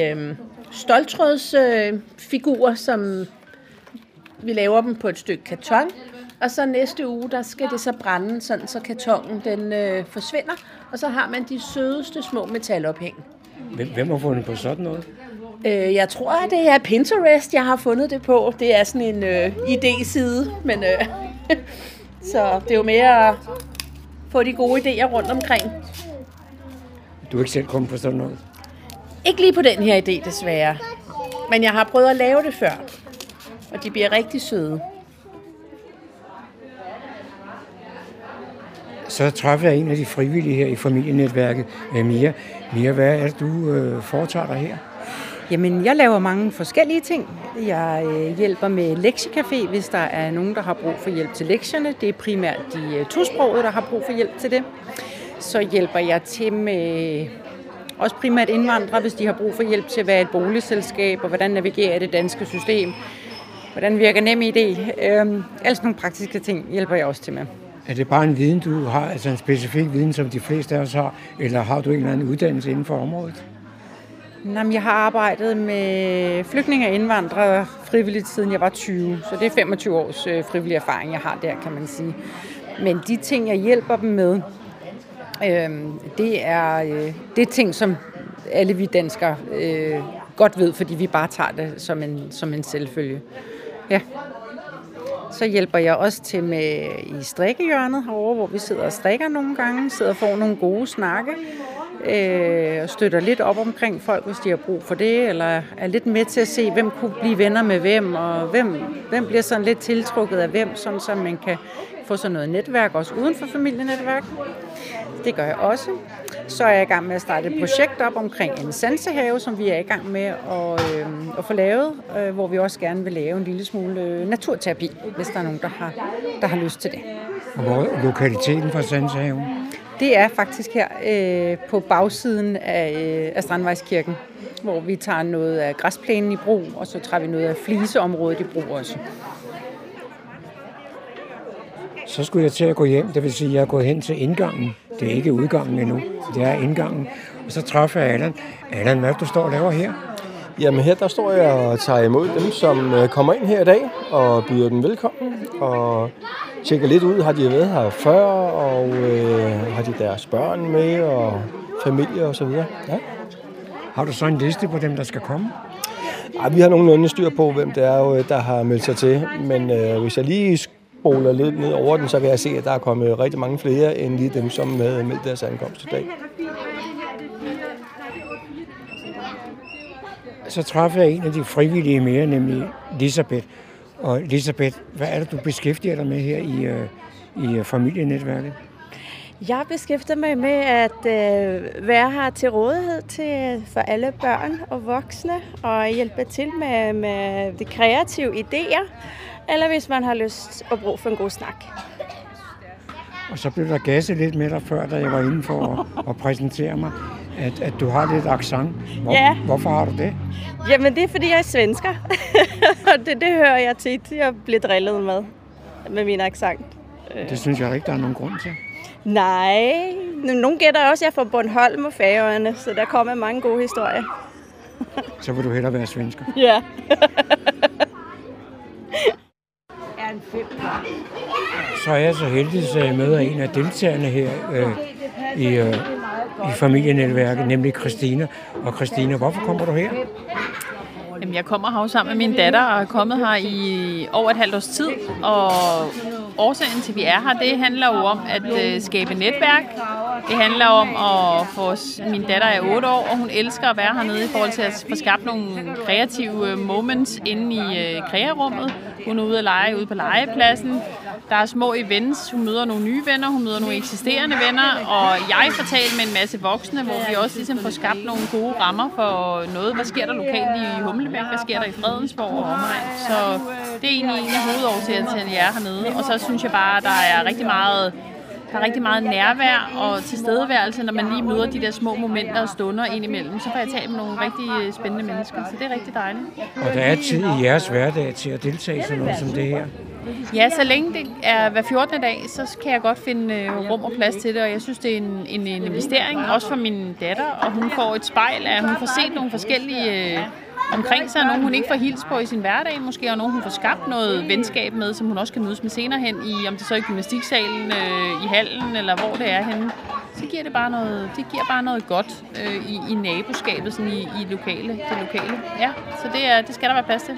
ståltrådsfigurer, som vi laver dem på et stykke karton. Og så næste uge, der skal det så brænde, sådan så kartongen den forsvinder. Og så har man de sødeste små metalophæng. Hvem har fundet på sådan noget? Jeg tror, at det er Pinterest, jeg har fundet det på. Det er sådan en idéside, men så det er jo mere at få de gode idéer rundt omkring. Du er ikke selv kommet på sådan noget? Ikke lige på den her idé, desværre. Men jeg har prøvet at lave det før, og de bliver rigtig søde. Så træffer jeg en af de frivillige her i familienetværket, Mia. Mia, hvad er det, du foretager dig her? Jamen, jeg laver mange forskellige ting. Jeg hjælper med lektiecafé, hvis der er nogen, der har brug for hjælp til lektierne. Det er primært de tosprogede, der har brug for hjælp til det. Så hjælper jeg til med også primært indvandrere, hvis de har brug for hjælp til, hvad er et boligselskab, og hvordan navigerer det danske system. Hvordan virker NemID. Altså nogle praktiske ting hjælper jeg også til med. Er det bare en viden, du har, altså en specifik viden, som de fleste af os har, eller har du en eller anden uddannelse inden for området? Jamen, jeg har arbejdet med flygtninge og indvandrere frivilligt, siden jeg var 20, så det er 25 års frivillig erfaring, jeg har der, kan man sige. Men de ting, jeg hjælper dem med, det er ting, som alle vi danskere godt ved, fordi vi bare tager det som en selvfølge. Ja. Så hjælper jeg også til med i strikkehjørnet herovre, hvor vi sidder og strikker nogle gange, sidder og får nogle gode snakke, og støtter lidt op omkring folk, hvis de har brug for det, eller er lidt med til at se, hvem kunne blive venner med hvem, og hvem bliver sådan lidt tiltrukket af hvem, sådan så man kan få sådan noget netværk også uden for familienetværk. Det gør jeg også. Så er jeg i gang med at starte et projekt op omkring en sansehave, som vi er i gang med at få lavet, hvor vi også gerne vil lave en lille smule naturterapi, hvis der er nogen, der har lyst til det. Og hvor er lokaliteten for sansehaven? Det er faktisk her på bagsiden af Strandvejskirken, hvor vi tager noget af græsplænen i brug, og så tager vi noget af fliseområdet i brug også. Så skulle jeg til at gå hjem, det vil sige, at jeg er gået hen til indgangen. Det er ikke udgangen endnu, det er indgangen. Og så træffer jeg Allan. Allan, hvad du står og laver her? Jamen her der står jeg og tager imod dem, som kommer ind her i dag, og byder dem velkommen, og tjekker lidt ud. Har de været her før, og har de deres børn med, og familie og så videre. Ja. Har du så en liste på dem, der skal komme? Ja, vi har nogenlunde styr på, hvem det er, der har meldt sig til. Men hvis jeg lige spoler lidt ned over den, så kan jeg se, at der er kommet rigtig mange flere, end lige dem, som havde meldt deres ankomst i dag. Så træffede jeg en af de frivillige mere, nemlig Elisabeth. Og Elisabeth, hvad er det, du beskæftiger dig med her i familienetværket? Jeg beskæftiger mig med at være her til rådighed for alle børn og voksne og hjælpe til med de kreative idéer, eller hvis man har lyst og brug for en god snak. Og så blev der gasset lidt med dig før, da jeg var inde for at præsentere mig, at du har lidt accent. Hvorfor har du det? Jamen det er fordi jeg er svensker, og det hører jeg tit, jeg bliver drillet med min accent. Det synes jeg ikke, der er nogen grund til. Nej, nogen gætter også, at jeg er fra Bornholm og Færøerne, så der kommer mange gode historier. Så vil du hellere være svensker? Ja. Så er jeg så heldig, at jeg møder en af deltagerne her i familienetværket, nemlig Christina. Og Christina, hvorfor kommer du her? Jamen, jeg kommer her sammen med min datter og er kommet her i over et halvt års tid. Og årsagen til, at vi er her, det handler jo om at skabe netværk. Det handler om at få... Min datter er 8 år, og hun elsker at være hernede i forhold til at få skabt nogle kreative moments inde i krearummet. Hun er ude at lege ude på legepladsen. Der er små events. Hun møder nogle nye venner, hun møder nogle eksisterende venner. Og jeg får talt med en masse voksne, hvor vi også ligesom får skabt nogle gode rammer for noget. Hvad sker der lokalt i Humlebæk? Hvad sker der i Fredensborg og omegn? Så det er egentlig en af hovedårsagerne til, at jeg er hernede. Og så synes jeg bare, at der er rigtig meget nærvær og tilstedeværelse, når man lige møder de der små momenter og stunder indimellem. Så får jeg talt med nogle rigtig spændende mennesker, så det er rigtig dejligt. Og der er tid i jeres hverdag til at deltage i sådan noget som det her? Ja, så længe det er hver 14. dag, så kan jeg godt finde rum og plads til det, og jeg synes, det er en investering, også for min datter, og hun får et spejl af, hun får set nogle forskellige omkring sig, nogen hun ikke får hils på i sin hverdag måske, og nogen hun får skabt noget venskab med, som hun også kan mødes med senere hen, om det så er i gymnastiksalen, i hallen, eller hvor det er henne. Så giver det bare noget godt i naboskabet, sådan i det lokale. Ja, så det skal der være plads til.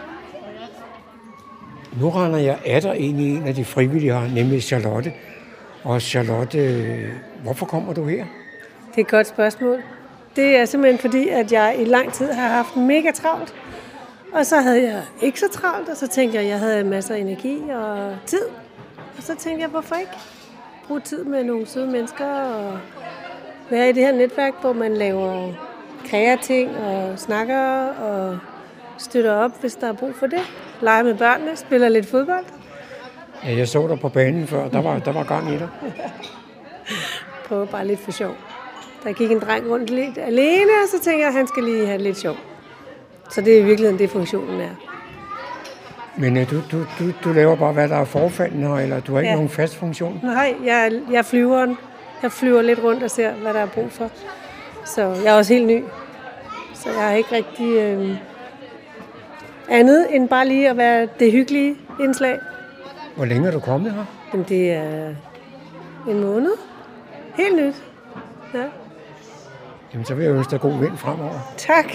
Nu render jeg atter ind i en af de frivillige her, nemlig Charlotte. Og Charlotte, hvorfor kommer du her? Det er et godt spørgsmål. Det er simpelthen fordi, at jeg i lang tid har haft mega travlt. Og så havde jeg ikke så travlt, og så tænkte jeg, at jeg havde masser af energi og tid. Og så tænkte jeg, hvorfor ikke bruge tid med nogle søde mennesker og være i det her netværk, hvor man laver kreating og snakker og støtter op, hvis der er brug for det. Leger med børnene, spiller lidt fodbold. Ja, jeg så dig på banen før, der var gang i dig. Prøver bare lidt for sjov. Der gik en dreng rundt lidt alene, og så tænker jeg, at han skal lige have lidt sjov. Så det er i virkeligheden det, funktionen er. Men du laver bare, hvad der er forfaldende her, eller du har ikke nogen fast funktion? Nej, jeg er flyveren. Jeg flyver lidt rundt og ser, hvad der er brug for. Så jeg er også helt ny. Så jeg har ikke rigtig andet end bare lige at være det hyggelige indslag. Hvor længe er du kommet her? Jamen, det er en måned. Helt nyt. Ja. Jamen, så vil jeg ønske dig god vind fremover. Tak.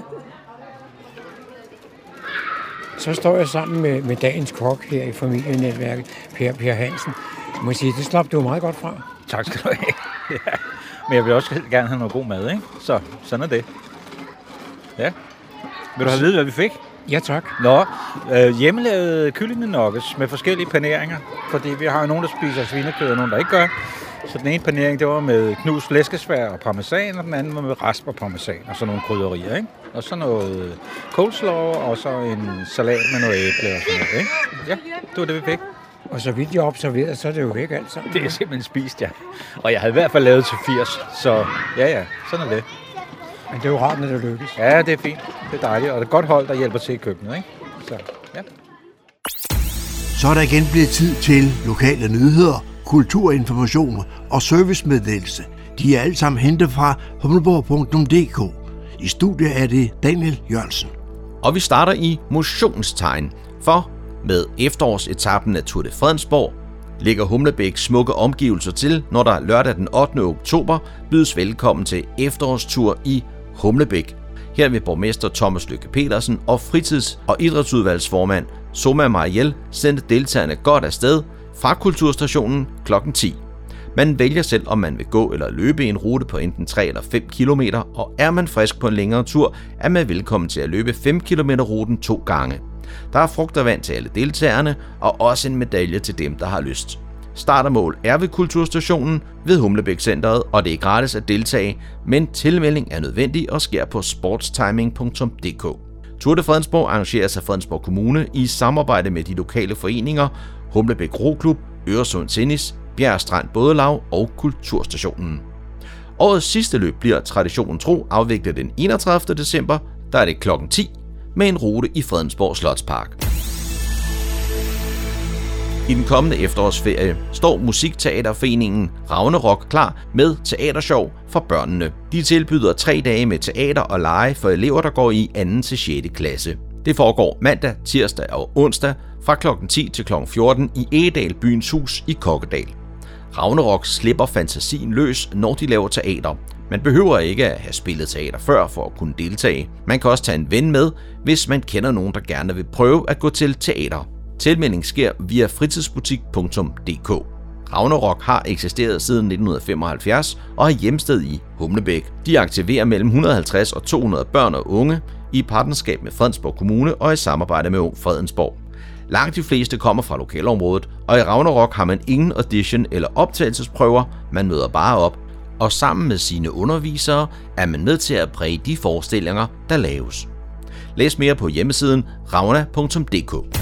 Så står jeg sammen med dagens kok her i familienetværket, Per Hansen. Jeg må sige, det slap du meget godt fra. Tak skal du have. Ja. Men jeg vil også gerne have noget god mad, ikke? Så sådan er det. Ja. Vil du have at vide, hvad vi fik? Ja, tak. Nå, hjemmelavede kyllingenuggets med forskellige paneringer. Fordi vi har jo nogen, der spiser svinekød, og nogen, der ikke gør. Så den ene panering, det var med knust flæskesvær og parmesan, og den anden var med rasp og parmesan, og så nogle krydderier, ikke? Og så noget coleslaw, og så en salat med noget æble og sådan noget, ikke? Ja, det var det, vi fik. Og så vidt jeg observerede, så er det jo væk alt sammen. Det er simpelthen spist, ja. Og jeg havde i hvert fald lavet til 80, så ja, sådan er det. Men det er jo rart, når det lykkes. Ja, det er fint. Det er dejligt, og det er et godt hold, der hjælper til i køkkenet, ikke? Så, ja. Så er der igen blevet tid til lokale nyheder, kulturinformationer og servicemeddelelse. De er alle sammen hentet fra humleborg.dk. I studiet er det Daniel Jørgensen. Og vi starter i motionstegn, for med efterårsetappen af Tour de Fredensborg ligger Humlebæk smukke omgivelser til, når der lørdag den 8. oktober bydes velkommen til efterårstur i Humlebæk. Her vil borgmester Thomas Lykke Petersen og fritids- og idrætsudvalgsformand Soma Mariel sende deltagerne godt afsted fra kulturstationen kl. 10. Man vælger selv, om man vil gå eller løbe en rute på enten 3 eller 5 km, og er man frisk på en længere tur, er man velkommen til at løbe 5 km ruten 2 gange. Der er frugt og vand til alle deltagerne, og også en medalje til dem, der har lyst. Start og mål er ved Kulturstationen ved Humlebæk Centret, og det er gratis at deltage, men tilmelding er nødvendig og sker på sportstiming.dk. Tour de Fredensborg arrangeres af Fredensborg Kommune i samarbejde med de lokale foreninger Humlebæk Roklub, Øresund Tennis, Bjerg Strand Bådelaug og Kulturstationen. Årets sidste løb bliver traditionen tro afviklet den 31. december, der er det kl. 10 med en rute i Fredensborg Slotspark. I den kommende efterårsferie står Musikteaterforeningen Ragnarok klar med teatershow for børnene. De tilbyder 3 dage med teater og lege for elever, der går i 2. til 6. klasse. Det foregår mandag, tirsdag og onsdag fra kl. 10 til kl. 14 i Egedal Byens Hus i Kokkedal. Ragnarok slipper fantasien løs, når de laver teater. Man behøver ikke at have spillet teater før for at kunne deltage. Man kan også tage en ven med, hvis man kender nogen, der gerne vil prøve at gå til teater. Tilmelding sker via fritidsbutik.dk. Ragnarok har eksisteret siden 1975 og har hjemsted i Humlebæk. De aktiverer mellem 150 og 200 børn og unge i partnerskab med Fredensborg Kommune og i samarbejde med Ung Fredensborg. Langt de fleste kommer fra lokalområdet, og i Ragnarok har man ingen audition eller optagelsesprøver, man møder bare op, og sammen med sine undervisere er man med til at præge de forestillinger, der laves. Læs mere på hjemmesiden ravna.dk.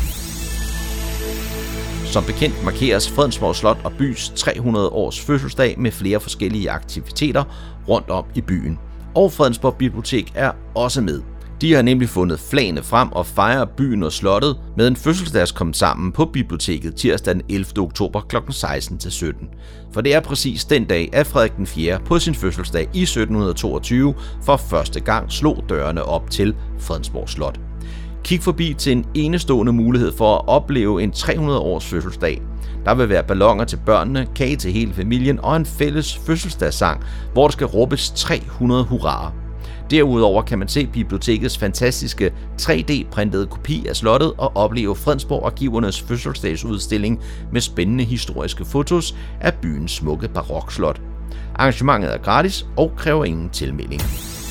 Som bekendt markeres Fredensborg Slot og Bys 300 års fødselsdag med flere forskellige aktiviteter rundt om i byen. Og Fredensborg Bibliotek er også med. De har nemlig fundet flagene frem og fejrer byen og slottet med en fødselsdagskom sammen på biblioteket tirsdag den 11. oktober kl. 16-17. For det er præcis den dag, at Frederik den 4. på sin fødselsdag i 1722 for første gang slog dørene op til Fredensborg Slot. Kig forbi til en enestående mulighed for at opleve en 300-års fødselsdag. Der vil være balloner til børnene, kage til hele familien og en fælles fødselsdagssang, hvor der skal råbes 300 hurraer. Derudover kan man se bibliotekets fantastiske 3D-printede kopi af slottet og opleve Fredensborg-arkivernes fødselsdagsudstilling med spændende historiske fotos af byens smukke barokslot. Arrangementet er gratis og kræver ingen tilmelding.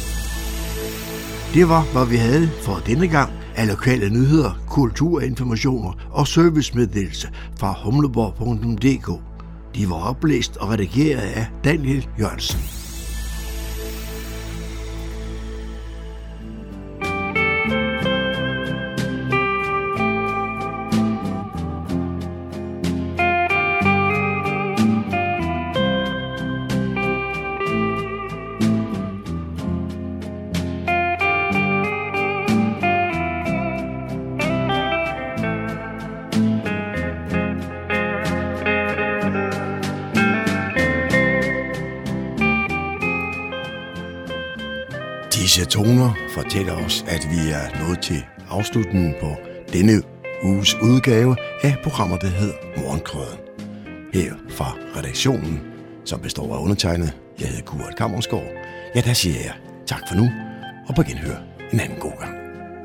Det var, hvad vi havde for denne gang af lokale nyheder, kulturinformationer og servicemeddelelse fra humleborg.dk. De var oplæst og redigeret af Daniel Jørgensen. Disse toner fortæller os, at vi er nået til afslutningen på denne uges udgave af programmet, der hedder Morgenkrøden. Her fra redaktionen, som består af undertegnet, jeg hedder Kurt Kammersgaard. Ja, der siger jeg tak for nu, og på genhør en anden god gang.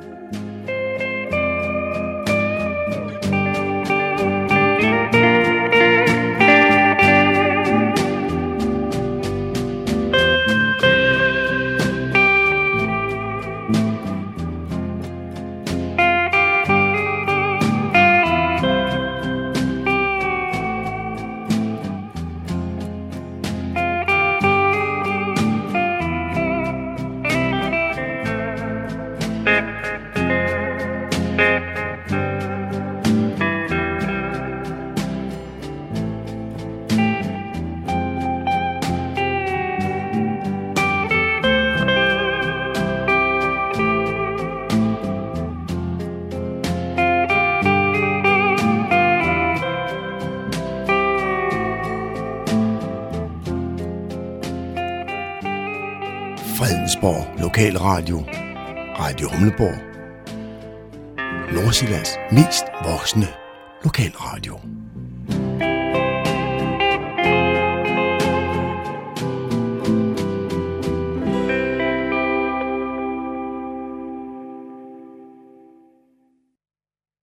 Fredensborg Lokalradio, Radio Humleborg, Nordsjællands mest voksne lokalradio.